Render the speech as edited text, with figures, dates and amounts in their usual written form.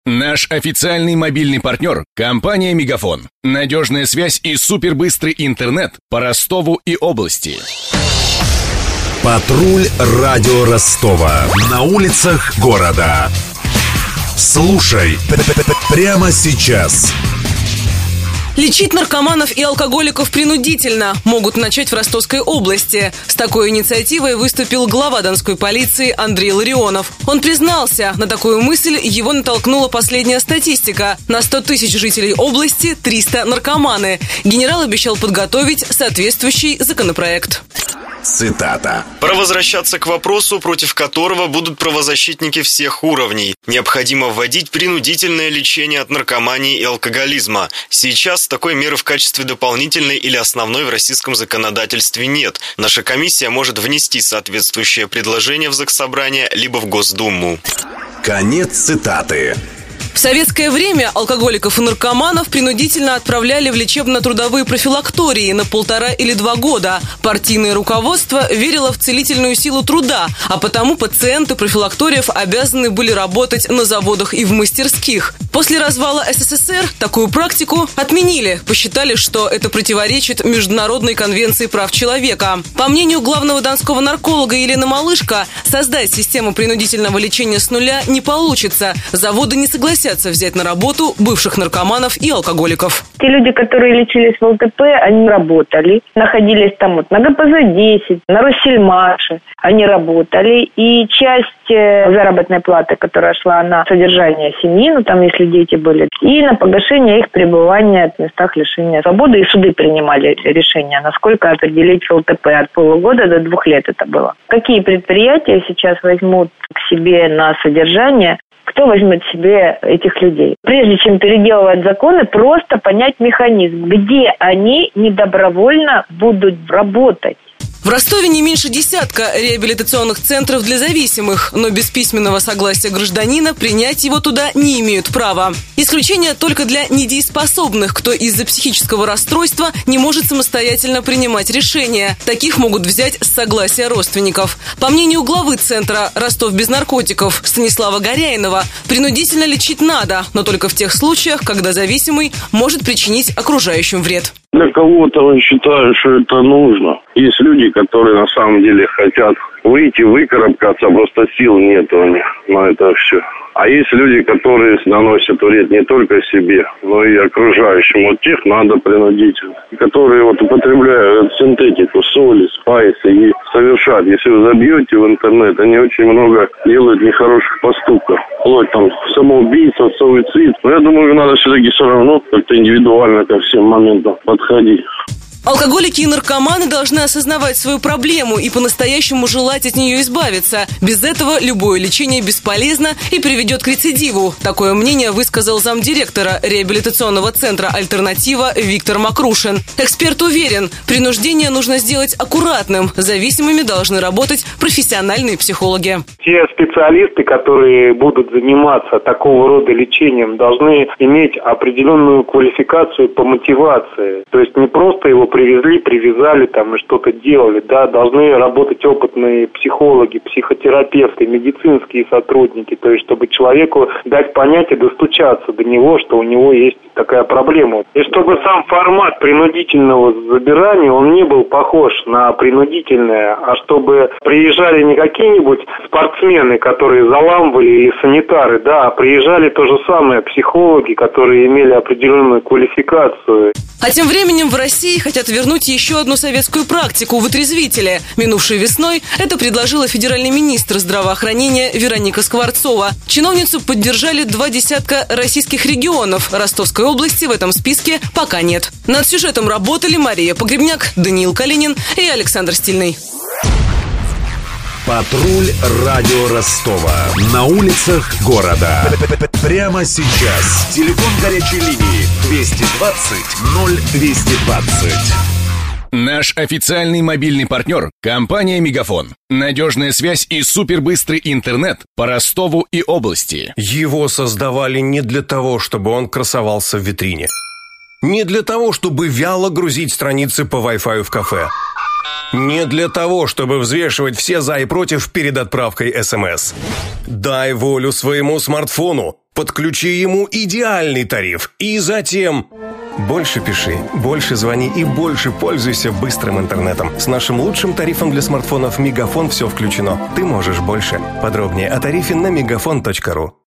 Наш официальный мобильный партнер – компания «Мегафон». Надежная связь и супербыстрый интернет по Ростову и области. Патруль радио Ростова. На улицах города. Слушай прямо сейчас. Лечить наркоманов и алкоголиков принудительно могут начать в Ростовской области. С такой инициативой выступил глава Донской полиции Андрей Ларионов. Он признался, на такую мысль его натолкнула последняя статистика. На 100 тысяч жителей области 300 наркоманы. Генерал обещал подготовить соответствующий законопроект. Цитата. Пора возвращаться к вопросу, против которого будут правозащитники всех уровней. Необходимо вводить принудительное лечение от наркомании и алкоголизма. Сейчас такой меры в качестве дополнительной или основной в российском законодательстве нет. Наша комиссия может внести соответствующее предложение в Заксобрание либо в Госдуму. Конец цитаты. В советское время алкоголиков и наркоманов принудительно отправляли в лечебно-трудовые профилактории на 1,5 или 2 года. Партийное руководство верило в целительную силу труда, а потому пациенты профилакториев обязаны были работать на заводах и в мастерских. После развала СССР такую практику отменили, посчитали, что это противоречит Международной конвенции прав человека. По мнению главного донского нарколога Елены Малышко, создать систему принудительного лечения с нуля не получится. Заводы не согласятся взять на работу бывших наркоманов и алкоголиков. Те люди, которые лечились в ЛТП, они работали, находились там на ГПЗ-10, на Россельмаше, они работали, и часть заработной платы, которая шла на содержание семьи, там если дети были, и на погашение их пребывания в местах лишения свободы, и суды принимали решение, насколько определить в ЛТП, от полугода до 2 лет это было. Какие предприятия сейчас возьмут к себе на содержание? Кто возьмет себе этих людей? Прежде чем переделывать законы, просто понять механизм, где они недобровольно будут работать. В Ростове не меньше 10 реабилитационных центров для зависимых, но без письменного согласия гражданина принять его туда не имеют права. Исключение только для недееспособных, кто из-за психического расстройства не может самостоятельно принимать решения. Таких могут взять с согласия родственников. По мнению главы центра «Ростов без наркотиков» Станислава Горяинова, принудительно лечить надо, но только в тех случаях, когда зависимый может причинить окружающим вред. Для кого-то считаю, что это нужно. Есть люди, которые на самом деле хотят выйти, выкарабкаться, просто сил нет у них на это все. А есть люди, которые наносят вред не только себе, но и окружающим. Вот тех надо принудительно. Которые употребляют синтетику, соли, спайсы и совершают. Если вы забьете в интернет, они очень много делают нехороших поступков. Вплоть самоубийство, суицид. Но я думаю, надо все-таки все равно как-то индивидуально ко всем моментам подходить. Алкоголики и наркоманы должны осознавать свою проблему и по-настоящему желать от нее избавиться. Без этого любое лечение бесполезно и приведет к рецидиву. Такое мнение высказал замдиректора реабилитационного центра «Альтернатива» Виктор Макрушин. Эксперт уверен, принуждение нужно сделать аккуратным. Зависимыми должны работать профессиональные психологи. Те специалисты, которые будут заниматься такого рода лечением, должны иметь определенную квалификацию по мотивации. То есть не просто его привезли, привязали и что-то делали, должны работать опытные психологи, психотерапевты, медицинские сотрудники, то есть чтобы человеку дать понять и достучаться до него, что у него есть такая проблема. И чтобы сам формат принудительного забирания, он не был похож на принудительное, а чтобы приезжали не какие-нибудь спортсмены, которые заламывали, или санитары, а приезжали то же самое психологи, которые имели определенную квалификацию. А тем временем в России хотят вернуть еще одну советскую практику – вытрезвители. Минувшей весной это предложила федеральный министр здравоохранения Вероника Скворцова. Чиновницу поддержали 20 российских регионов. Ростовской области в этом списке пока нет. Над сюжетом работали Мария Погребняк, Даниил Калинин и Александр Стильный. Патруль радио Ростова. На улицах города. Прямо сейчас. Телефон горячей линии 220 0220. Наш официальный мобильный партнер – компания «Мегафон». Надежная связь и супербыстрый интернет по Ростову и области. Его создавали не для того, чтобы он красовался в витрине. Не для того, чтобы вяло грузить страницы по Wi-Fi в кафе. Не для того, чтобы взвешивать все за и против перед отправкой СМС. Дай волю своему смартфону. Подключи ему идеальный тариф. И затем... Больше пиши, больше звони и больше пользуйся быстрым интернетом. С нашим лучшим тарифом для смартфонов «Мегафон» все включено. Ты можешь больше. Подробнее о тарифе на megafon.ru.